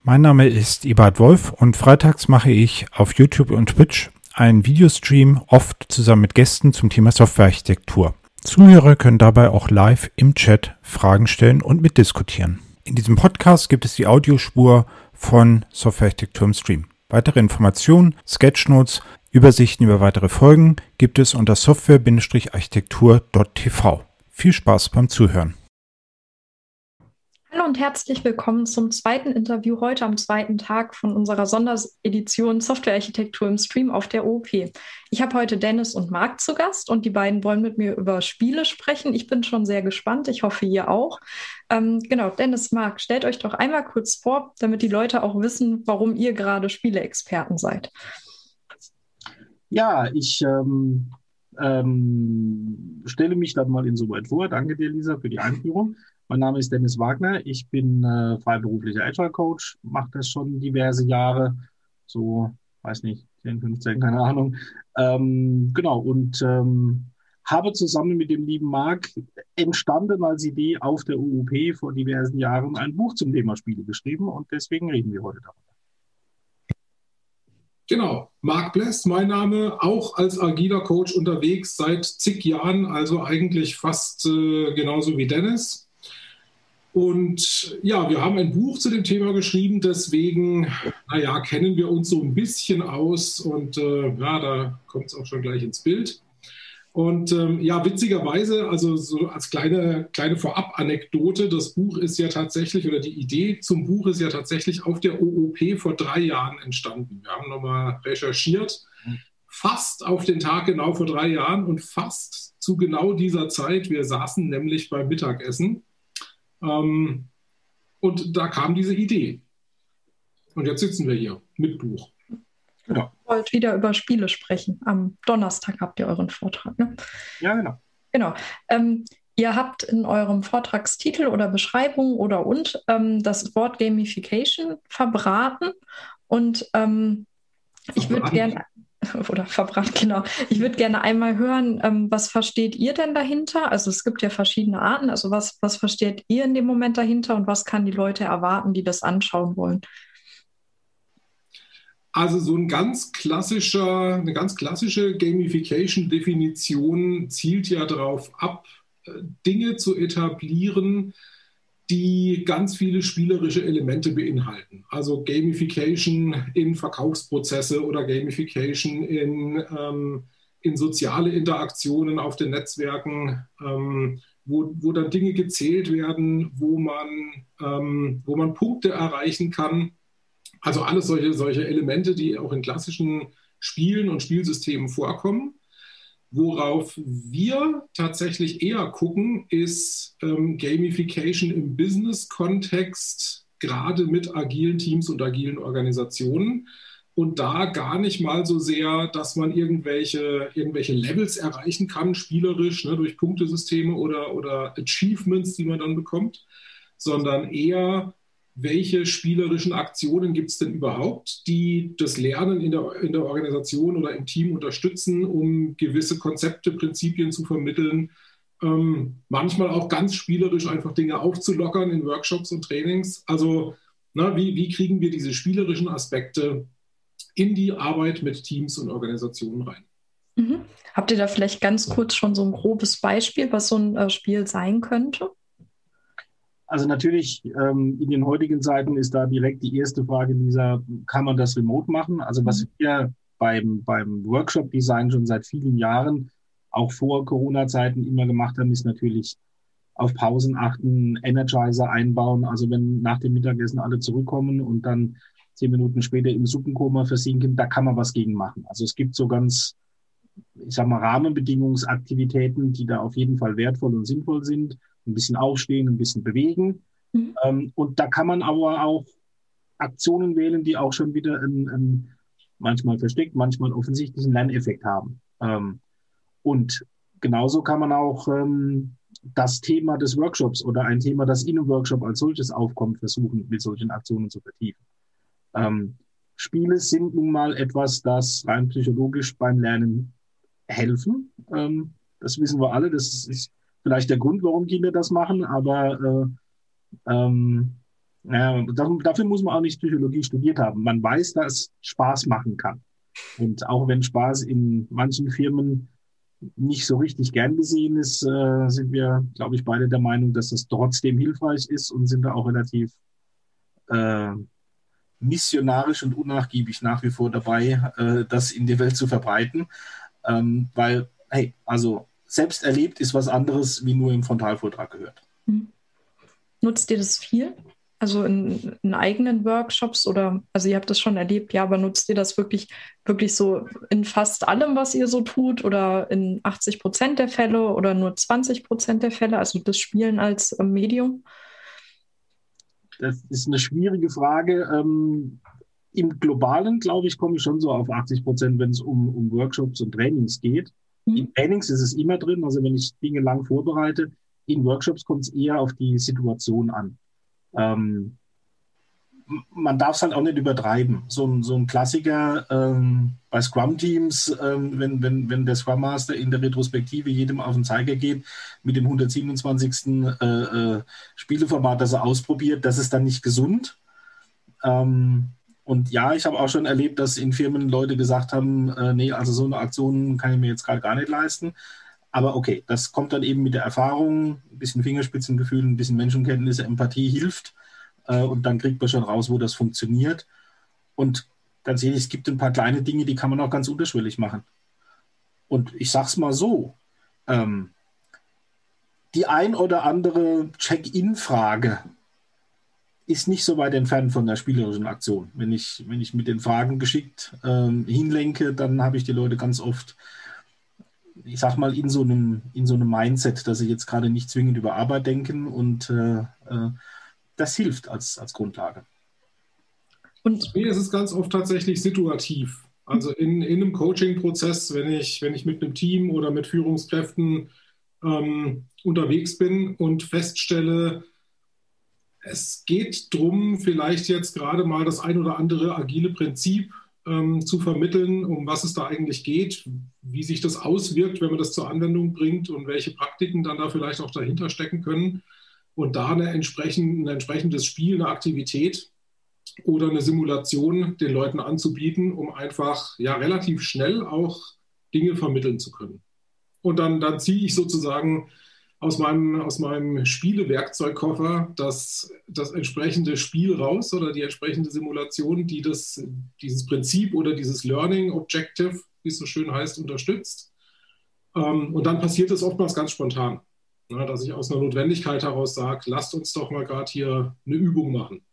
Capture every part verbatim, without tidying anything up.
Mein Name ist Eberhard Wolf und freitags mache ich auf YouTube und Twitch einen Videostream, oft zusammen mit Gästen zum Thema Softwarearchitektur. Zuhörer können dabei auch live im Chat Fragen stellen und mitdiskutieren. In diesem Podcast gibt es die Audiospur von Softwarearchitektur im Stream. Weitere Informationen, Sketchnotes, Übersichten über weitere Folgen gibt es unter software-architektur punkt t v. Viel Spaß beim Zuhören. Hallo und herzlich willkommen zum zweiten Interview heute am zweiten Tag von unserer Sonderedition Softwarearchitektur im Stream auf der O O P. Ich habe heute Dennis und Marc zu Gast und die beiden wollen mit mir über Spiele sprechen. Ich bin schon sehr gespannt, ich hoffe ihr auch. Ähm, genau, Dennis, Marc, stellt euch doch einmal kurz vor, damit die Leute auch wissen, warum ihr gerade Spieleexperten seid. Ja, ich ähm, ähm, stelle mich dann mal insoweit vor. Danke dir, Lisa, für die Einführung. Mein Name ist Dennis Wagner. Ich bin äh, freiberuflicher Agile Coach, mache das schon diverse Jahre, so, weiß nicht, zehn, fünfzehn, keine Ahnung. Ähm, genau, und ähm, habe zusammen mit dem lieben Marc entstanden als Idee auf der U U P vor diversen Jahren ein Buch zum Thema Spiele geschrieben und deswegen reden wir heute darüber. Genau, Marc Bless, mein Name, auch als agiler Coach unterwegs seit zig Jahren, also eigentlich fast äh, genauso wie Dennis. Und ja, wir haben ein Buch zu dem Thema geschrieben, deswegen, naja, kennen wir uns so ein bisschen aus und äh, ja, da kommt es auch schon gleich ins Bild. Und ähm, ja, witzigerweise, also so als kleine, kleine Vorab-Anekdote, das Buch ist ja tatsächlich, oder die Idee zum Buch ist ja tatsächlich auf der O O P vor drei Jahren entstanden. Wir haben nochmal recherchiert, fast auf den Tag genau vor drei Jahren und fast zu genau dieser Zeit. Wir saßen nämlich beim Mittagessen ähm, und da kam diese Idee. Und jetzt sitzen wir hier mit Buch. Genau. Ihr wollt wieder über Spiele sprechen. Am Donnerstag habt ihr euren Vortrag, ne? Ja, genau. Genau. Ähm, ihr habt in eurem Vortragstitel oder Beschreibung oder und ähm, das Wort Gamification verbraten. Und ähm, ich würde gerne, oder verbrannt, genau. Ich würde gerne einmal hören, ähm, was versteht ihr denn dahinter? Also es gibt ja verschiedene Arten. Also was, was versteht ihr in dem Moment dahinter und was kann die Leute erwarten, die das anschauen wollen? Also so ein ganz klassischer, eine ganz klassische Gamification-Definition zielt ja darauf ab, Dinge zu etablieren, die ganz viele spielerische Elemente beinhalten. Also Gamification in Verkaufsprozesse oder Gamification in, ähm, in soziale Interaktionen auf den Netzwerken, ähm, wo, wo dann Dinge gezählt werden, wo man, ähm, wo man Punkte erreichen kann. Also alles solche, solche Elemente, die auch in klassischen Spielen und Spielsystemen vorkommen. Worauf wir tatsächlich eher gucken, ist ähm, Gamification im Business-Kontext, gerade mit agilen Teams und agilen Organisationen. Und da gar nicht mal so sehr, dass man irgendwelche, irgendwelche Levels erreichen kann, spielerisch, ne, durch Punktesysteme oder, oder Achievements, die man dann bekommt, sondern eher, welche spielerischen Aktionen gibt es denn überhaupt, die das Lernen in der, in der Organisation oder im Team unterstützen, um gewisse Konzepte, Prinzipien zu vermitteln, ähm, manchmal auch ganz spielerisch einfach Dinge aufzulockern in Workshops und Trainings. Also na, wie, wie kriegen wir diese spielerischen Aspekte in die Arbeit mit Teams und Organisationen rein? Mhm. Habt ihr da vielleicht ganz kurz schon so ein grobes Beispiel, was so ein äh, Spiel sein könnte? Also natürlich, ähm, in den heutigen Zeiten ist da direkt die erste Frage, Lisa, kann man das remote machen? Also was wir beim, beim Workshop-Design schon seit vielen Jahren, auch vor Corona-Zeiten immer gemacht haben, ist natürlich auf Pausen achten, Energizer einbauen. Also wenn nach dem Mittagessen alle zurückkommen und dann zehn Minuten später im Suppenkoma versinken, da kann man was gegen machen. Also es gibt so ganz, ich sag mal, Rahmenbedingungsaktivitäten, die da auf jeden Fall wertvoll und sinnvoll sind. Ein bisschen aufstehen, ein bisschen bewegen. Mhm. Ähm, und da kann man aber auch Aktionen wählen, die auch schon wieder einen, einen manchmal versteckt, manchmal offensichtlichen Lerneffekt haben. Ähm, und genauso kann man auch ähm, das Thema des Workshops oder ein Thema, das in einem Workshop als solches aufkommt, versuchen, mit solchen Aktionen zu vertiefen. Ähm, Spiele sind nun mal etwas, das rein psychologisch beim Lernen helfen. Ähm, das wissen wir alle. Das ist vielleicht der Grund, warum Kinder das machen, aber äh, ähm, Ja, dafür muss man auch nicht Psychologie studiert haben. Man weiß, dass es Spaß machen kann. Und auch wenn Spaß in manchen Firmen nicht so richtig gern gesehen ist, äh, sind wir, glaube ich, beide der Meinung, dass es trotzdem hilfreich ist und sind da auch relativ äh, missionarisch und unnachgiebig nach wie vor dabei, äh, das in die Welt zu verbreiten. Ähm, weil, hey, also selbst erlebt ist was anderes, wie nur im Frontalvortrag gehört. Hm. Nutzt ihr das viel? Also in, in eigenen Workshops oder, also ihr habt das schon erlebt, ja, aber nutzt ihr das wirklich, wirklich so in fast allem, was ihr so tut oder in achtzig Prozent der Fälle oder nur zwanzig Prozent der Fälle, also das Spielen als äh, Medium? Das ist eine schwierige Frage. Ähm, im Globalen, glaube ich, komme ich schon so auf achtzig Prozent, wenn es um, um Workshops und Trainings geht. Mhm. In Trainings ist es immer drin, also wenn ich Dinge lang vorbereite. In Workshops kommt es eher auf die Situation an. Ähm, man darf es halt auch nicht übertreiben. So ein, so ein Klassiker ähm, bei Scrum-Teams, ähm, wenn, wenn, wenn der Scrum Master in der Retrospektive jedem auf den Zeiger geht mit dem hundertsiebenundzwanzigsten Äh, äh, Spieleformat, das er ausprobiert, das ist dann nicht gesund. Ähm, und ja, ich habe auch schon erlebt, dass in Firmen Leute gesagt haben, äh, nee, also so eine Aktion kann ich mir jetzt gerade gar nicht leisten. Aber okay, das kommt dann eben mit der Erfahrung, ein bisschen Fingerspitzengefühl, ein bisschen Menschenkenntnisse, Empathie hilft. Äh, und dann kriegt man schon raus, wo das funktioniert. Und ganz ehrlich, es gibt ein paar kleine Dinge, die kann man auch ganz unterschwellig machen. Und ich sage es mal so, ähm, die ein oder andere Check-in-Frage ist nicht so weit entfernt von der spielerischen Aktion. Wenn ich, wenn ich mit den Fragen geschickt ähm, hinlenke, dann habe ich die Leute ganz oft, ich sag mal, in so einem, in so einem Mindset, dass sie jetzt gerade nicht zwingend über Arbeit denken und äh, äh, das hilft als, als Grundlage. Und mir ist es ganz oft tatsächlich situativ. Also in, in einem Coaching-Prozess, wenn ich, wenn ich mit einem Team oder mit Führungskräften ähm, unterwegs bin und feststelle, es geht darum, vielleicht jetzt gerade mal das ein oder andere agile Prinzip ähm, zu vermitteln, um was es da eigentlich geht, wie sich das auswirkt, wenn man das zur Anwendung bringt und welche Praktiken dann da vielleicht auch dahinter stecken können. Und da eine entsprechend, ein entsprechendes Spiel, eine Aktivität oder eine Simulation den Leuten anzubieten, um einfach ja relativ schnell auch Dinge vermitteln zu können. Und dann, dann ziehe ich sozusagen aus meinem, aus meinem Spielewerkzeugkoffer das, das entsprechende Spiel raus oder die entsprechende Simulation, die das, dieses Prinzip oder dieses Learning Objective, wie es so schön heißt, unterstützt. Und dann passiert es oftmals ganz spontan, dass ich aus einer Notwendigkeit heraus sage, lasst uns doch mal gerade hier eine Übung machen.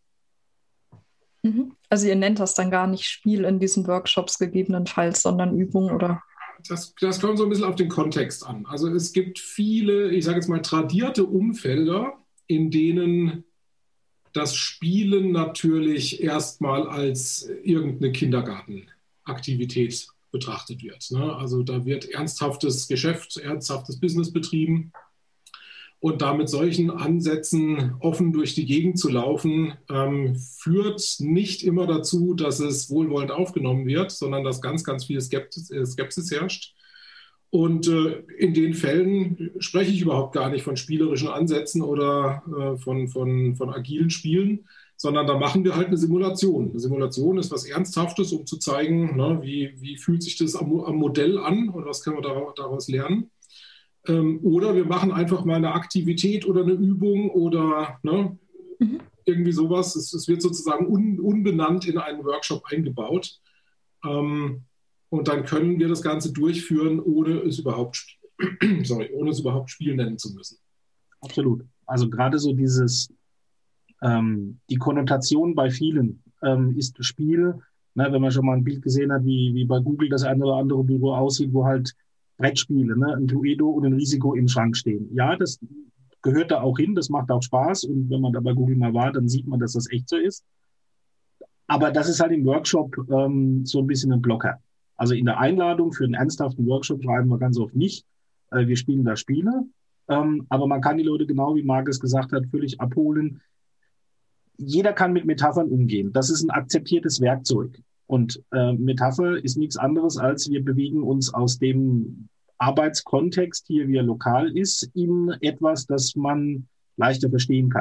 Also ihr nennt das dann gar nicht Spiel in diesen Workshops gegebenenfalls, sondern Übung, oder? Das, das kommt so ein bisschen auf den Kontext an. Also es gibt viele, ich sage jetzt mal, tradierte Umfelder, in denen das Spielen natürlich erstmal als irgendeine Kindergartenaktivität betrachtet wird. Also da wird ernsthaftes Geschäft, ernsthaftes Business betrieben. Und da mit solchen Ansätzen offen durch die Gegend zu laufen, ähm, führt nicht immer dazu, dass es wohlwollend aufgenommen wird, sondern dass ganz, ganz viel Skepsis, äh, Skepsis herrscht. Und äh, in den Fällen spreche ich überhaupt gar nicht von spielerischen Ansätzen oder äh, von, von, von agilen Spielen, sondern da machen wir halt eine Simulation. Eine Simulation ist was Ernsthaftes, um zu zeigen, ne, wie, wie fühlt sich das am, am Modell an und was können wir daraus lernen. Oder wir machen einfach mal eine Aktivität oder eine Übung oder ne, mhm. irgendwie sowas. Es, es wird sozusagen un, unbenannt in einen Workshop eingebaut. Ähm, und dann können wir das Ganze durchführen, ohne es überhaupt, sorry, ohne es überhaupt Spiel nennen zu müssen. Absolut. Also gerade so dieses, ähm, die Konnotation bei vielen ähm, ist Spiel. Ne, wenn man schon mal ein Bild gesehen hat, wie, wie bei Google das eine oder andere Büro aussieht, wo halt Brettspiele, ne? Ein Cluedo und ein Risiko im Schrank stehen. Ja, das gehört da auch hin, das macht auch Spaß und wenn man da bei Google mal war, dann sieht man, dass das echt so ist. Aber das ist halt im Workshop ähm, so ein bisschen ein Blocker. Also in der Einladung für einen ernsthaften Workshop schreiben wir ganz oft nicht, äh, wir spielen da Spiele, ähm, aber man kann die Leute, genau wie Markus gesagt hat, völlig abholen. Jeder kann mit Metaphern umgehen. Das ist ein akzeptiertes Werkzeug. Und äh, Metapher ist nichts anderes, als wir bewegen uns aus dem Arbeitskontext hier, wie er lokal ist, in etwas, das man leichter verstehen kann.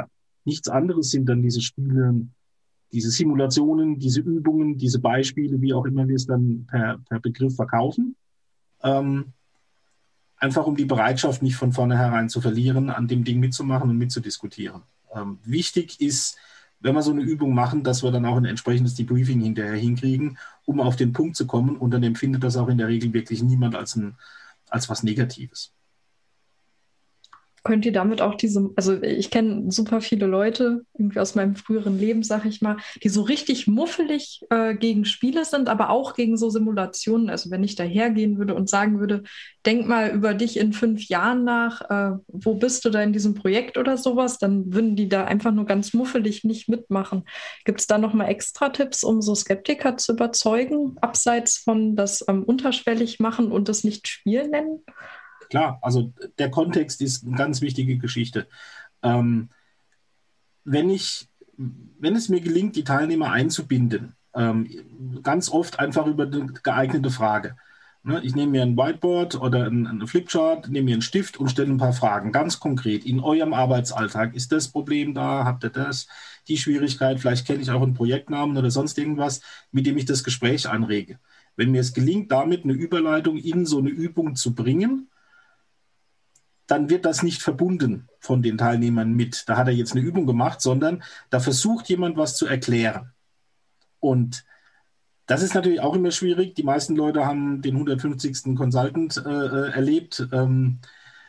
Nichts anderes sind dann diese Spiele, diese Simulationen, diese Übungen, diese Beispiele, wie auch immer wir es dann per, per Begriff verkaufen. Ähm, einfach um die Bereitschaft nicht von vornherein zu verlieren, an dem Ding mitzumachen und mitzudiskutieren. Ähm, wichtig ist, wenn wir so eine Übung machen, dass wir dann auch ein entsprechendes Debriefing hinterher hinkriegen, um auf den Punkt zu kommen, und dann empfindet das auch in der Regel wirklich niemand als, ein, als was Negatives. Könnt ihr damit auch diese, also ich kenne super viele Leute, irgendwie aus meinem früheren Leben, sag ich mal, die so richtig muffelig äh, gegen Spiele sind, aber auch gegen so Simulationen. Also wenn ich dahergehen würde und sagen würde, denk mal über dich in fünf Jahren nach, äh, wo bist du da in diesem Projekt oder sowas, dann würden die da einfach nur ganz muffelig nicht mitmachen. Gibt es da nochmal extra Tipps, um so Skeptiker zu überzeugen, abseits von das ähm, unterschwellig machen und das nicht Spiel nennen? Klar, also der Kontext ist eine ganz wichtige Geschichte. Ähm, wenn ich, wenn es mir gelingt, die Teilnehmer einzubinden, ähm, ganz oft einfach über eine geeignete Frage. Ne, ich nehme mir ein Whiteboard oder ein, ein Flipchart, nehme mir einen Stift und stelle ein paar Fragen, ganz konkret. In eurem Arbeitsalltag, ist das Problem da? Habt ihr das? Die Schwierigkeit? Vielleicht kenne ich auch einen Projektnamen oder sonst irgendwas, mit dem ich das Gespräch anrege. Wenn mir es gelingt, damit eine Überleitung in so eine Übung zu bringen, dann wird das nicht verbunden von den Teilnehmern mit. Da hat er jetzt eine Übung gemacht, sondern da versucht jemand was zu erklären. Und das ist natürlich auch immer schwierig. Die meisten Leute haben den hundertfünfzigsten Consultant äh, erlebt. Ähm,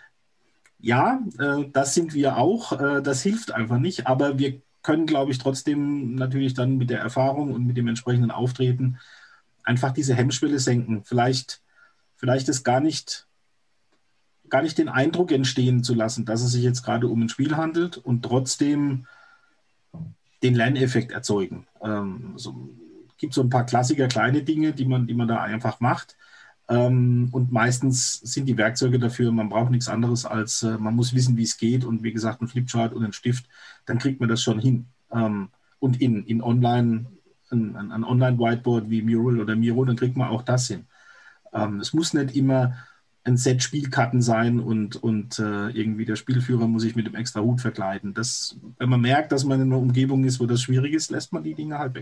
ja, äh, das sind wir auch. Äh, das hilft einfach nicht. Aber wir können, glaube ich, trotzdem natürlich dann mit der Erfahrung und mit dem entsprechenden Auftreten einfach diese Hemmschwelle senken. Vielleicht, vielleicht ist gar nicht gar nicht den Eindruck entstehen zu lassen, dass es sich jetzt gerade um ein Spiel handelt, und trotzdem den Lerneffekt erzeugen. Ähm, so, gibt so ein paar Klassiker, kleine Dinge, die man, die man da einfach macht. Ähm, und meistens sind die Werkzeuge dafür, man braucht nichts anderes als, äh, man muss wissen, wie es geht, und wie gesagt, ein Flipchart und ein Stift, dann kriegt man das schon hin. Ähm, und in, in Online, ein, ein Online-Whiteboard wie Mural oder Miro, dann kriegt man auch das hin. Ähm, es muss nicht immer ein Set Spielkarten sein und, und äh, irgendwie der Spielführer muss sich mit dem extra Hut verkleiden. Das, wenn man merkt, dass man in einer Umgebung ist, wo das schwierig ist, lässt man die Dinge halt weg.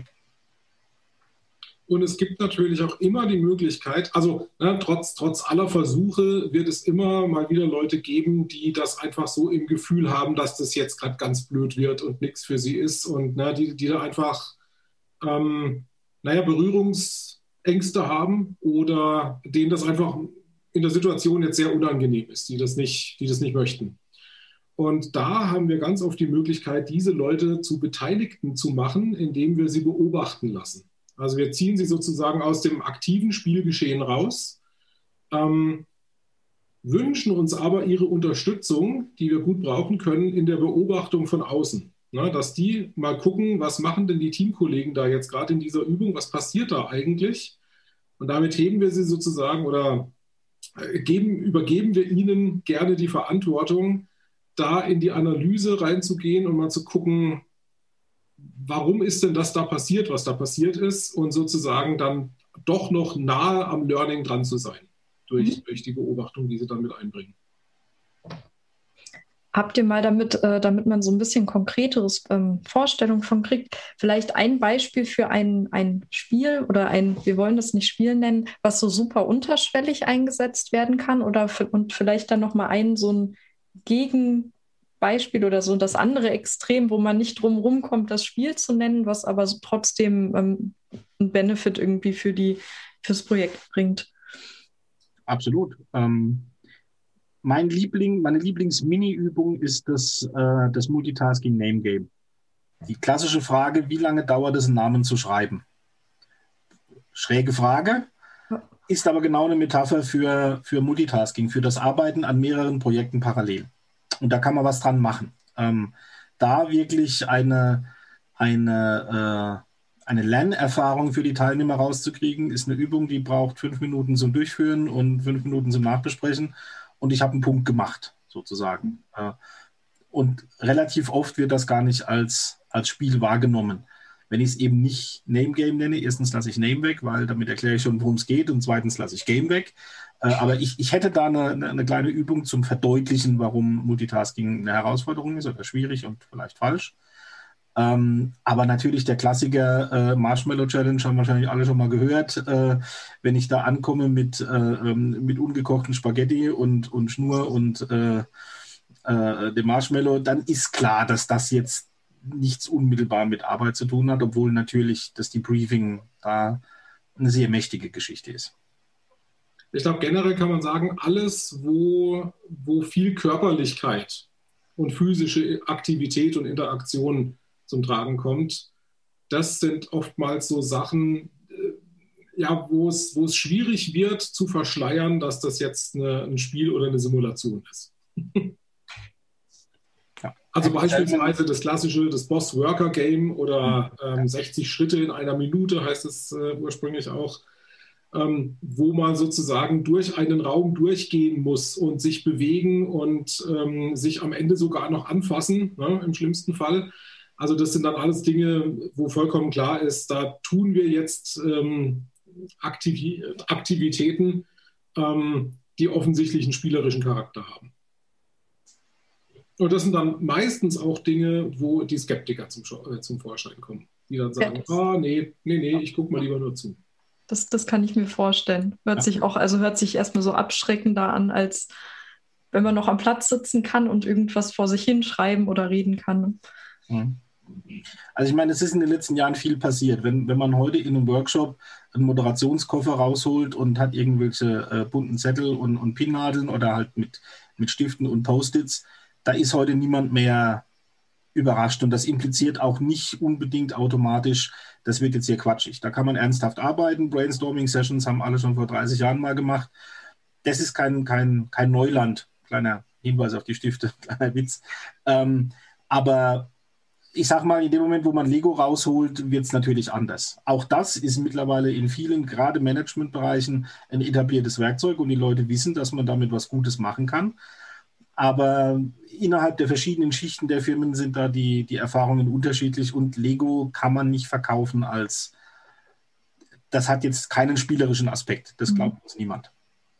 Und es gibt natürlich auch immer die Möglichkeit, also ne, trotz, trotz aller Versuche wird es immer mal wieder Leute geben, die das einfach so im Gefühl haben, dass das jetzt gerade ganz blöd wird und nichts für sie ist, und ne, die, die da einfach ähm, naja, Berührungsängste haben oder denen das einfach in der Situation jetzt sehr unangenehm ist, die das nicht, die das nicht möchten. Und da haben wir ganz oft die Möglichkeit, diese Leute zu Beteiligten zu machen, indem wir sie beobachten lassen. Also wir ziehen sie sozusagen aus dem aktiven Spielgeschehen raus, ähm, wünschen uns aber ihre Unterstützung, die wir gut brauchen können, in der Beobachtung von außen. Na, dass die mal gucken, was machen denn die Teamkollegen da jetzt gerade in dieser Übung, was passiert da eigentlich? Und damit heben wir sie sozusagen oder Geben, übergeben wir ihnen gerne die Verantwortung, da in die Analyse reinzugehen und mal zu gucken, warum ist denn das da passiert, was da passiert ist, und sozusagen dann doch noch nahe am Learning dran zu sein, durch, mhm. durch die Beobachtung, die sie dann mit einbringen. Habt ihr mal damit, äh, damit man so ein bisschen konkreteres ähm, Vorstellung von kriegt, vielleicht ein Beispiel für ein, ein Spiel oder ein, wir wollen das nicht Spiel nennen, was so super unterschwellig eingesetzt werden kann, oder für, und vielleicht dann nochmal ein so ein Gegenbeispiel oder so das andere Extrem, wo man nicht drum rumkommt, das Spiel zu nennen, was aber so trotzdem ähm, einen Benefit irgendwie für die, fürs Projekt bringt. Absolut. Ähm Mein Liebling, meine Lieblings-Mini-Übung ist das, äh, das Multitasking-Name-Game. Die klassische Frage, wie lange dauert es, einen Namen zu schreiben? Schräge Frage, ist aber genau eine Metapher für, für Multitasking, für das Arbeiten an mehreren Projekten parallel. Und da kann man was dran machen. Ähm, da wirklich eine, eine, äh, eine Lernerfahrung für die Teilnehmer rauszukriegen, ist eine Übung, die braucht fünf Minuten zum Durchführen und fünf Minuten zum Nachbesprechen. Und ich habe einen Punkt gemacht, sozusagen. Und relativ oft wird das gar nicht als, als Spiel wahrgenommen. Wenn ich es eben nicht Name Game nenne, erstens lasse ich Name weg, weil damit erkläre ich schon, worum es geht, und zweitens lasse ich Game weg. Aber ich, ich hätte da eine, eine kleine Übung zum Verdeutlichen, warum Multitasking eine Herausforderung ist oder schwierig und vielleicht falsch. Ähm, aber natürlich der Klassiker äh, Marshmallow Challenge haben wahrscheinlich alle schon mal gehört. Äh, wenn ich da ankomme mit, äh, ähm, mit ungekochten Spaghetti und, und Schnur und äh, äh, dem Marshmallow, dann ist klar, dass das jetzt nichts unmittelbar mit Arbeit zu tun hat, obwohl natürlich das Debriefing da eine sehr mächtige Geschichte ist. Ich glaube, generell kann man sagen, alles, wo, wo viel Körperlichkeit und physische Aktivität und Interaktion zum Tragen kommt, das sind oftmals so Sachen, ja, wo es, wo es schwierig wird zu verschleiern, dass das jetzt eine, ein Spiel oder eine Simulation ist. Ja. Also beispielsweise das klassische, das Boss-Worker-Game oder ähm, sechzig Schritte in einer Minute heißt es äh, ursprünglich auch, ähm, wo man sozusagen durch einen Raum durchgehen muss und sich bewegen und ähm, sich am Ende sogar noch anfassen, ne, im schlimmsten Fall. Also das sind dann alles Dinge, wo vollkommen klar ist, da tun wir jetzt ähm, Aktiv- Aktivitäten, ähm, die offensichtlich einen spielerischen Charakter haben. Und das sind dann meistens auch Dinge, wo die Skeptiker zum, äh, zum Vorschein kommen, die dann sagen, ah, ja, oh, nee, nee, nee, ich gucke mal lieber nur zu. Das, das kann ich mir vorstellen. Hört ja. sich auch, also hört sich erstmal so abschreckender an, als wenn man noch am Platz sitzen kann und irgendwas vor sich hinschreiben oder reden kann. Mhm. Also ich meine, es ist in den letzten Jahren viel passiert. Wenn, wenn man heute in einem Workshop einen Moderationskoffer rausholt und hat irgendwelche äh, bunten Zettel und, und Pinnadeln oder halt mit, mit Stiften und Post-its, da ist heute niemand mehr überrascht. Und das impliziert auch nicht unbedingt automatisch, das wird jetzt hier quatschig. Da kann man ernsthaft arbeiten. Brainstorming-Sessions haben alle schon vor dreißig Jahren mal gemacht. Das ist kein, kein, kein Neuland. Kleiner Hinweis auf die Stifte, kleiner Witz. Ähm, aber ich sag mal, in dem Moment, wo man Lego rausholt, wird es natürlich anders. Auch das ist mittlerweile in vielen, gerade Managementbereichen, ein etabliertes Werkzeug und die Leute wissen, dass man damit was Gutes machen kann. Aber innerhalb der verschiedenen Schichten der Firmen sind da die, die Erfahrungen unterschiedlich und Lego kann man nicht verkaufen als, das hat jetzt keinen spielerischen Aspekt. Das glaubt uns niemand.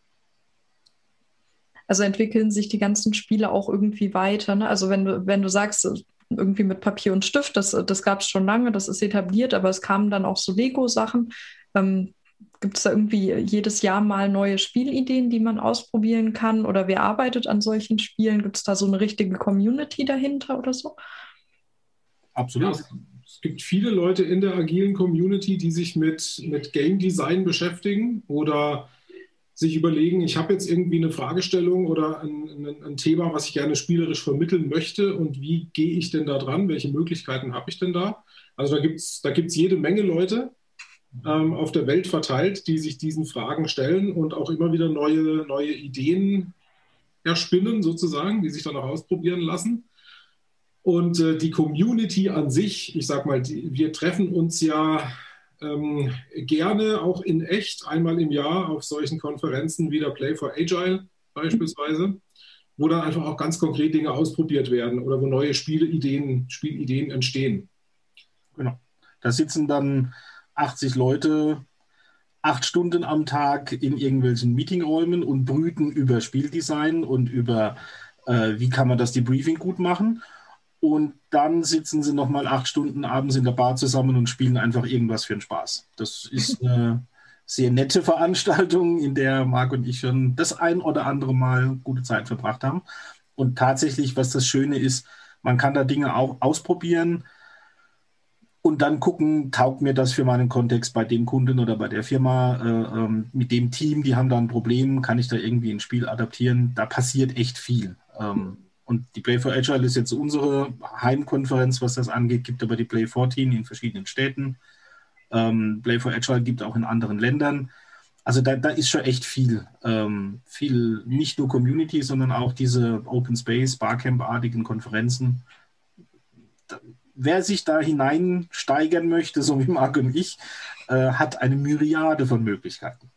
Also entwickeln sich die ganzen Spiele auch irgendwie weiter, ne? Also wenn du, wenn du sagst, irgendwie mit Papier und Stift, das, das gab es schon lange, das ist etabliert, aber es kamen dann auch so Lego-Sachen. Ähm, gibt es da irgendwie jedes Jahr mal neue Spielideen, die man ausprobieren kann? Oder wer arbeitet an solchen Spielen? Gibt es da so eine richtige Community dahinter oder so? Absolut. Ja, es gibt viele Leute in der agilen Community, die sich mit, mit Game Design beschäftigen oder sich überlegen, ich habe jetzt irgendwie eine Fragestellung oder ein, ein, ein Thema, was ich gerne spielerisch vermitteln möchte und wie gehe ich denn da dran? Welche Möglichkeiten habe ich denn da? Also da gibt es da gibt's jede Menge Leute ähm, auf der Welt verteilt, die sich diesen Fragen stellen und auch immer wieder neue, neue Ideen erspinnen sozusagen, die sich dann auch ausprobieren lassen. Und äh, die Community an sich, ich sag mal, die, wir treffen uns ja Ähm, gerne auch in echt einmal im Jahr auf solchen Konferenzen wie der Play for Agile beispielsweise, wo dann einfach auch ganz konkret Dinge ausprobiert werden oder wo neue Spielideen, Spielideen entstehen. Genau. Da sitzen dann achtzig Leute acht Stunden am Tag in irgendwelchen Meetingräumen und brüten über Spieldesign und über äh, wie kann man das Debriefing gut machen. Und dann sitzen sie nochmal acht Stunden abends in der Bar zusammen und spielen einfach irgendwas für den Spaß. Das ist eine sehr nette Veranstaltung, in der Marc und ich schon das ein oder andere Mal gute Zeit verbracht haben. Und tatsächlich, was das Schöne ist, man kann da Dinge auch ausprobieren und dann gucken, taugt mir das für meinen Kontext bei dem Kunden oder bei der Firma, äh, ähm, mit dem Team, die haben da ein Problem, kann ich da irgendwie ein Spiel adaptieren? Da passiert echt viel. Ähm, Und die Play for Agile ist jetzt unsere Heimkonferenz, was das angeht, gibt aber die Play vierzehn in verschiedenen Städten. Ähm, Play for Agile gibt auch in anderen Ländern. Also da, da ist schon echt viel. Ähm, viel, nicht nur Community, sondern auch diese Open Space, Barcamp-artigen Konferenzen. Da, wer sich da hineinsteigern möchte, so wie Marc und ich, äh, hat eine Myriade von Möglichkeiten.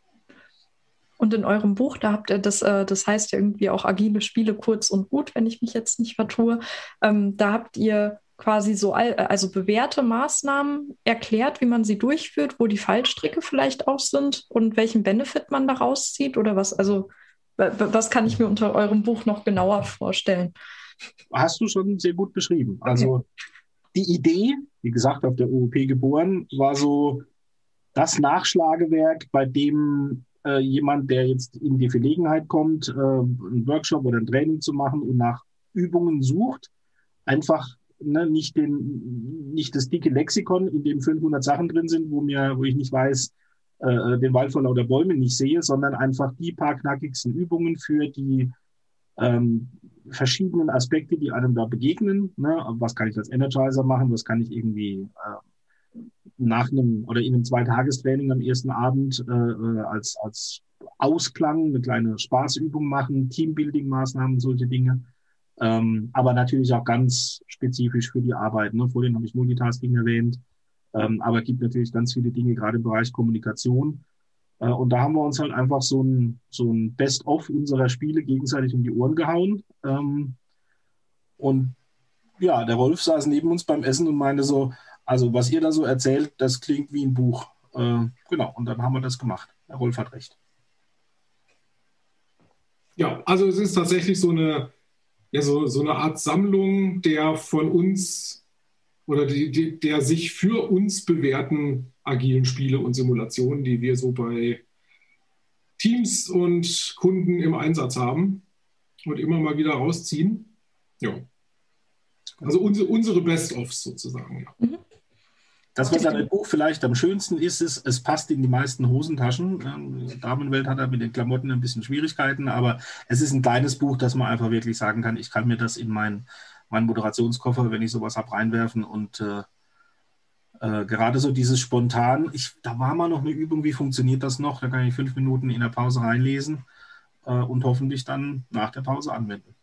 Und in eurem Buch, da habt ihr das, äh, das heißt ja irgendwie auch agile Spiele kurz und gut, wenn ich mich jetzt nicht vertue. Ähm, da habt ihr quasi so all, also bewährte Maßnahmen erklärt, wie man sie durchführt, wo die Fallstricke vielleicht auch sind und welchen Benefit man daraus zieht oder was. Also was kann ich mir unter eurem Buch noch genauer vorstellen? Hast du schon sehr gut beschrieben. Also die Idee, wie gesagt, auf der O O P geboren, war so das Nachschlagewerk, bei dem äh, jemand, der jetzt in die Verlegenheit kommt, äh, einen Workshop oder ein Training zu machen und nach Übungen sucht, einfach ne, nicht, den, nicht das dicke Lexikon, in dem fünfhundert Sachen drin sind, wo, mir, wo ich nicht weiß, äh, den Wald vor lauter Bäumen nicht sehe, sondern einfach die paar knackigsten Übungen für die ähm, verschiedenen Aspekte, die einem da begegnen. Ne? Was kann ich als Energizer machen? Was kann ich irgendwie äh, nach einem oder in einem Zweitagestraining am ersten Abend äh, als, als Ausklang eine kleine Spaßübung machen, Teambuilding-Maßnahmen, solche Dinge. Ähm, aber natürlich auch ganz spezifisch für die Arbeit. Ne? Vorhin habe ich Multitasking erwähnt, ähm, aber es gibt natürlich ganz viele Dinge, gerade im Bereich Kommunikation. Äh, und da haben wir uns halt einfach so ein, so ein Best-of unserer Spiele gegenseitig um die Ohren gehauen. Ähm, und ja, der Rolf saß neben uns beim Essen und meinte so, also was ihr da so erzählt, das klingt wie ein Buch. Äh, genau, und dann haben wir das gemacht. Der Rolf hat recht. Ja, also es ist tatsächlich so eine, ja, so, so eine Art Sammlung der von uns oder die, die, der sich für uns bewährten agilen Spiele und Simulationen, die wir so bei Teams und Kunden im Einsatz haben und immer mal wieder rausziehen. Ja. Also unsere, unsere Best-ofs sozusagen. Ja. Das, was an dem Buch vielleicht am schönsten ist, ist, es passt in die meisten Hosentaschen. Die Damenwelt hat da mit den Klamotten ein bisschen Schwierigkeiten, aber es ist ein kleines Buch, dass man einfach wirklich sagen kann, ich kann mir das in meinen mein Moderationskoffer, wenn ich sowas habe, reinwerfen und äh, äh, gerade so dieses spontan, ich, da war mal noch eine Übung, wie funktioniert das noch? Da kann ich fünf Minuten in der Pause reinlesen äh, und hoffentlich dann nach der Pause anwenden.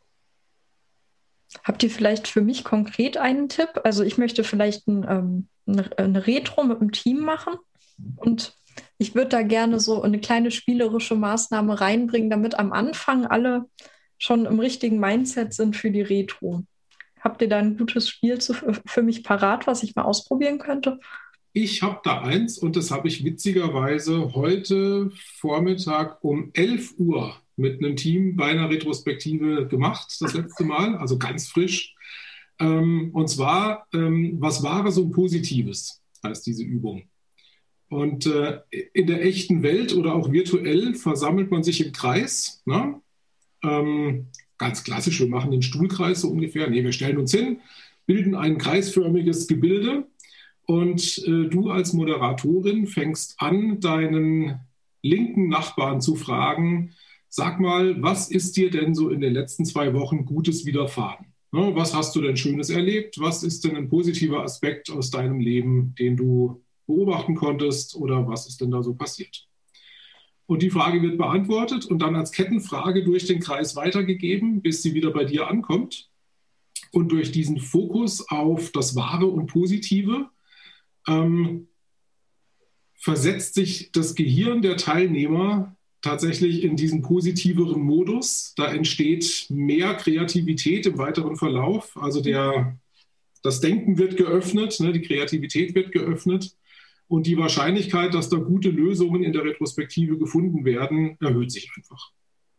Habt ihr vielleicht für mich konkret einen Tipp? Also ich möchte vielleicht ein, ähm, eine, eine Retro mit dem Team machen und ich würde da gerne so eine kleine spielerische Maßnahme reinbringen, damit am Anfang alle schon im richtigen Mindset sind für die Retro. Habt ihr da ein gutes Spiel zu, für mich parat, was ich mal ausprobieren könnte? Ich habe da eins und das habe ich witzigerweise heute Vormittag um elf Uhr mit einem Team bei einer Retrospektive gemacht, das letzte Mal, also ganz frisch. Ähm, und zwar, ähm, was war so ein Positives, heißt diese Übung. Und äh, in der echten Welt oder auch virtuell versammelt man sich im Kreis. Ne? Ähm, ganz klassisch, wir machen den Stuhlkreis so ungefähr. Nee, wir stellen uns hin, bilden ein kreisförmiges Gebilde und äh, du als Moderatorin fängst an, deinen linken Nachbarn zu fragen, sag mal, was ist dir denn so in den letzten zwei Wochen Gutes widerfahren? Ne, was hast du denn Schönes erlebt? Was ist denn ein positiver Aspekt aus deinem Leben, den du beobachten konntest oder was ist denn da so passiert? Und die Frage wird beantwortet und dann als Kettenfrage durch den Kreis weitergegeben, bis sie wieder bei dir ankommt. Und durch diesen Fokus auf das Wahre und Positive ähm, versetzt sich das Gehirn der Teilnehmer tatsächlich in diesen positiveren Modus. Da entsteht mehr Kreativität im weiteren Verlauf. Also der, das Denken wird geöffnet, ne, die Kreativität wird geöffnet. Und die Wahrscheinlichkeit, dass da gute Lösungen in der Retrospektive gefunden werden, erhöht sich einfach.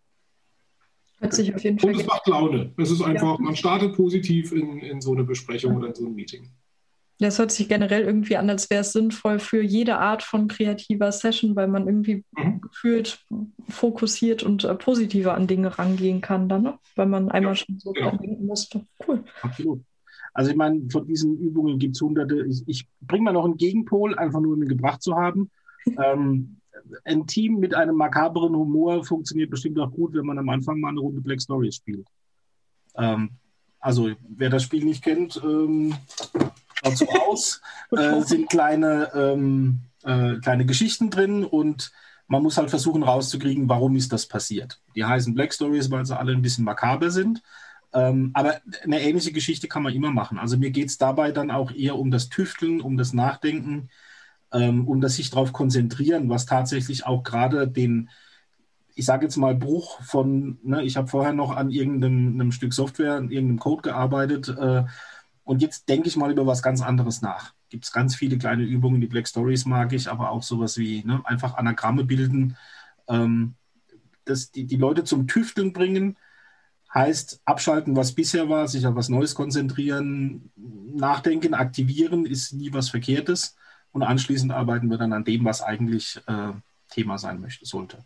Hört sich auf jeden Fall. Und es macht Laune. Es ist einfach, ja. Man startet positiv in, in so eine Besprechung oder in so ein Meeting. Das hört sich generell irgendwie an, als wäre es sinnvoll für jede Art von kreativer Session, weil man irgendwie mhm. gefühlt fokussiert und äh, positiver an Dinge rangehen kann, dann, ne? Weil man einmal ja. schon so dran ja. denken musste. Cool. Absolut. Also ich meine, von diesen Übungen gibt es hunderte. Ich, ich bringe mal noch einen Gegenpol, einfach nur um ihn gebracht zu haben. ähm, ein Team mit einem makaberen Humor funktioniert bestimmt auch gut, wenn man am Anfang mal eine Runde Black Stories spielt. Ähm, also wer das Spiel nicht kennt, ähm, schaut so aus. äh, sind kleine, ähm, äh, kleine Geschichten drin und man muss halt versuchen rauszukriegen, warum ist das passiert. Die heißen Black Stories, weil sie alle ein bisschen makaber sind. Ähm, aber eine ähnliche Geschichte kann man immer machen. Also mir geht es dabei dann auch eher um das Tüfteln, um das Nachdenken, ähm, um das sich darauf konzentrieren, was tatsächlich auch gerade den, ich sage jetzt mal, Bruch von, ne, ich habe vorher noch an irgendeinem einem Stück Software, an irgendeinem Code gearbeitet äh, und jetzt denke ich mal über was ganz anderes nach. Gibt es ganz viele kleine Übungen, die Black Stories mag ich, aber auch sowas wie ne, einfach Anagramme bilden, ähm, dass die, die Leute zum Tüfteln bringen, Heißt, abschalten, was bisher war, sich auf was Neues konzentrieren, nachdenken, aktivieren, ist nie was Verkehrtes. Und anschließend arbeiten wir dann an dem, was eigentlich äh, Thema sein möchte, sollte.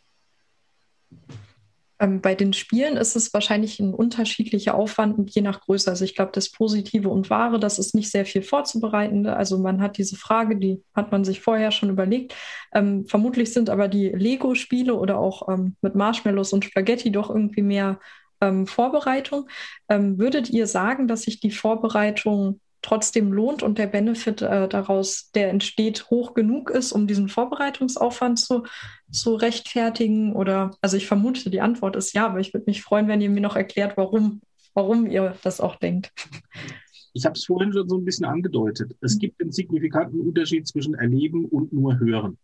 Ähm, bei den Spielen ist es wahrscheinlich ein unterschiedlicher Aufwand, je nach Größe. Also ich glaube, das Positive und Wahre, das ist nicht sehr viel vorzubereiten. Also man hat diese Frage, die hat man sich vorher schon überlegt. Ähm, vermutlich sind aber die Lego-Spiele oder auch ähm, mit Marshmallows und Spaghetti doch irgendwie mehr ähm, Vorbereitung. Ähm, würdet ihr sagen, dass sich die Vorbereitung trotzdem lohnt und der Benefit äh, daraus, der entsteht, hoch genug ist, um diesen Vorbereitungsaufwand zu, zu rechtfertigen? Oder, also ich vermute, die Antwort ist ja, aber ich würde mich freuen, wenn ihr mir noch erklärt, warum, warum ihr das auch denkt. Ich habe es vorhin schon so ein bisschen angedeutet. Es gibt einen signifikanten Unterschied zwischen Erleben und nur Hören.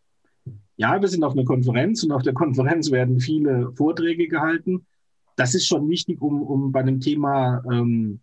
Ja, wir sind auf einer Konferenz und auf der Konferenz werden viele Vorträge gehalten. Das ist schon wichtig, um, um bei einem Thema ähm,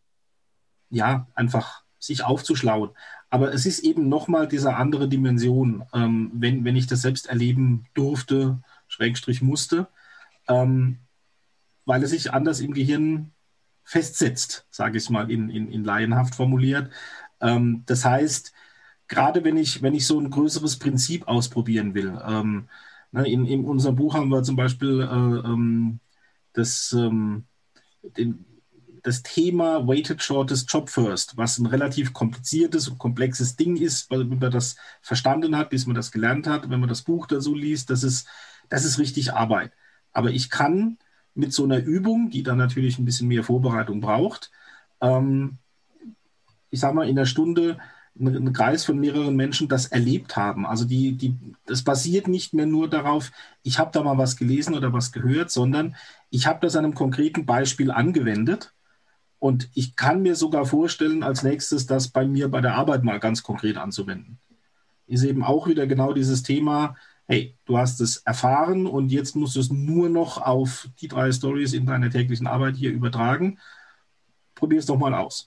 ja, einfach sich aufzuschlauen. Aber es ist eben nochmal diese andere Dimension, ähm, wenn, wenn ich das selbst erleben durfte, Schrägstrich musste, ähm, weil es sich anders im Gehirn festsetzt, sage ich mal in, in, in laienhaft formuliert. Ähm, das heißt, gerade wenn ich, wenn ich so ein größeres Prinzip ausprobieren will, ähm, ne, in, in unserem Buch haben wir zum Beispiel äh, ähm, das, ähm, den das Thema Weighted Shortest Job First, was ein relativ kompliziertes und komplexes Ding ist, weil man das verstanden hat, bis man das gelernt hat, wenn man das Buch da so liest, das ist, das ist richtig Arbeit. Aber ich kann mit so einer Übung, die dann natürlich ein bisschen mehr Vorbereitung braucht, ähm, ich sage mal in einer Stunde einen Kreis von mehreren Menschen das erlebt haben. Also die, die, das basiert nicht mehr nur darauf, ich habe da mal was gelesen oder was gehört, sondern ich habe das an einem konkreten Beispiel angewendet. Und ich kann mir sogar vorstellen, als nächstes das bei mir bei der Arbeit mal ganz konkret anzuwenden. Ist eben auch wieder genau dieses Thema, hey, du hast es erfahren und jetzt musst du es nur noch auf die drei Stories in deiner täglichen Arbeit hier übertragen. Probier es doch mal aus.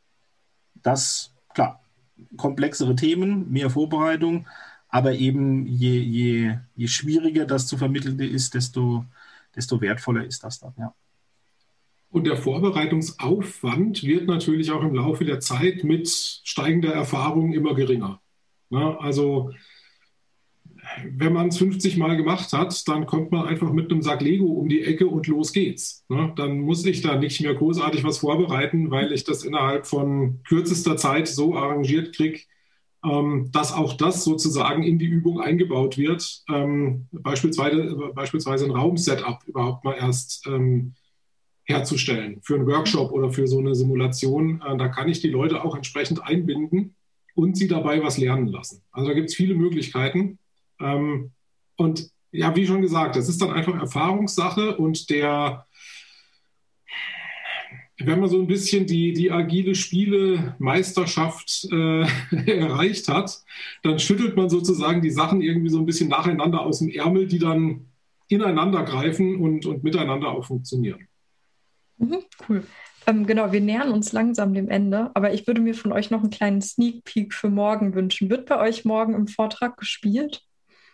Das, klar, komplexere Themen, mehr Vorbereitung, aber eben je, je, je schwieriger das zu vermitteln ist, desto, desto wertvoller ist das dann, ja. Und der Vorbereitungsaufwand wird natürlich auch im Laufe der Zeit mit steigender Erfahrung immer geringer. Ja, also wenn man es fünfzig Mal gemacht hat, dann kommt man einfach mit einem Sack Lego um die Ecke und los geht's. Ja, dann muss ich da nicht mehr großartig was vorbereiten, weil ich das innerhalb von kürzester Zeit so arrangiert kriege, ähm, dass auch das sozusagen in die Übung eingebaut wird. Ähm, beispielsweise, beispielsweise ein Raum-Setup überhaupt mal erst ähm, herzustellen für einen Workshop oder für so eine Simulation. Äh, da kann ich die Leute auch entsprechend einbinden und sie dabei was lernen lassen. Also da gibt es viele Möglichkeiten. Ähm, und ja, wie schon gesagt, das ist dann einfach Erfahrungssache und der, wenn man so ein bisschen die, die agile Spiele-Meisterschaft äh, erreicht hat, dann schüttelt man sozusagen die Sachen irgendwie so ein bisschen nacheinander aus dem Ärmel, die dann ineinander greifen und, und miteinander auch funktionieren. Mhm, cool. Ähm, genau, wir nähern uns langsam dem Ende, aber ich würde mir von euch noch einen kleinen Sneak Peek für morgen wünschen. Wird bei euch morgen im Vortrag gespielt?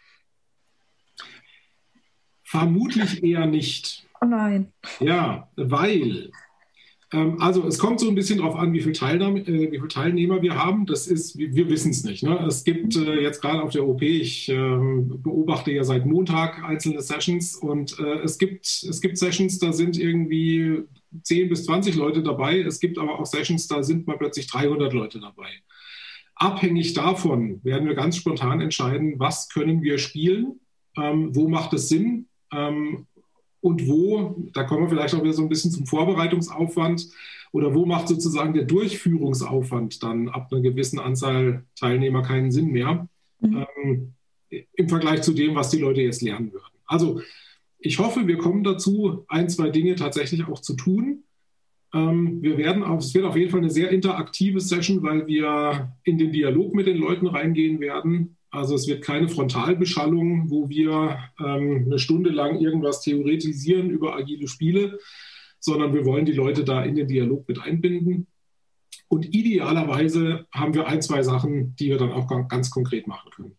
Vermutlich eher nicht. Oh nein. Ja, weil, ähm, also es kommt so ein bisschen darauf an, wie viele Teilnahme, äh, wie viel Teilnehmer wir haben. Das ist, wir, wir wissen es nicht. Ne? Es gibt äh, jetzt gerade auf der O P, ich äh, beobachte ja seit Montag einzelne Sessions und äh, es gibt, es gibt Sessions, da sind irgendwie zehn bis zwanzig Leute dabei. Es gibt aber auch Sessions, da sind mal plötzlich dreihundert Leute dabei. Abhängig davon werden wir ganz spontan entscheiden, was können wir spielen, ähm, wo macht es Sinn, ähm, und wo, da kommen wir vielleicht auch wieder so ein bisschen zum Vorbereitungsaufwand, oder wo macht sozusagen der Durchführungsaufwand dann ab einer gewissen Anzahl Teilnehmer keinen Sinn mehr, mhm. ähm, im Vergleich zu dem, was die Leute jetzt lernen würden. Also ich hoffe, wir kommen dazu, ein, zwei Dinge tatsächlich auch zu tun. Ähm, wir werden auf, es wird auf jeden Fall eine sehr interaktive Session, weil wir in den Dialog mit den Leuten reingehen werden. Also es wird keine Frontalbeschallung, wo wir ähm, eine Stunde lang irgendwas theoretisieren über agile Spiele, sondern wir wollen die Leute da in den Dialog mit einbinden. Und idealerweise haben wir ein, zwei Sachen, die wir dann auch ganz konkret machen können.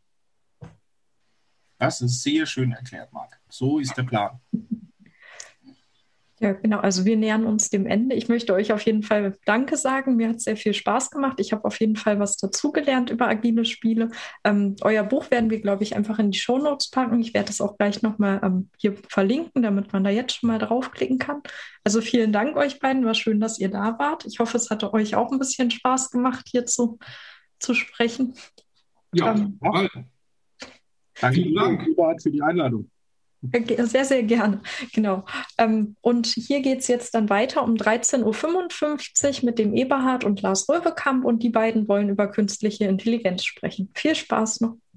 Das ist sehr schön erklärt, Marc. So ist der Plan. Ja, genau. Also wir nähern uns dem Ende. Ich möchte euch auf jeden Fall Danke sagen. Mir hat es sehr viel Spaß gemacht. Ich habe auf jeden Fall was dazugelernt über agile Spiele. Ähm, euer Buch werden wir, glaube ich, einfach in die Shownotes packen. Ich werde es auch gleich nochmal ähm, hier verlinken, damit man da jetzt schon mal draufklicken kann. Also vielen Dank euch beiden. War schön, dass ihr da wart. Ich hoffe, es hatte euch auch ein bisschen Spaß gemacht, hier zu, zu sprechen. Ja, Ähm, total. Danke, Vielen Dank. Eberhard, für die Einladung. Sehr, sehr gerne, genau. Ähm, und hier geht es jetzt dann weiter um dreizehn Uhr fünfundfünfzig mit dem Eberhard und Lars Röwekamp und die beiden wollen über künstliche Intelligenz sprechen. Viel Spaß noch.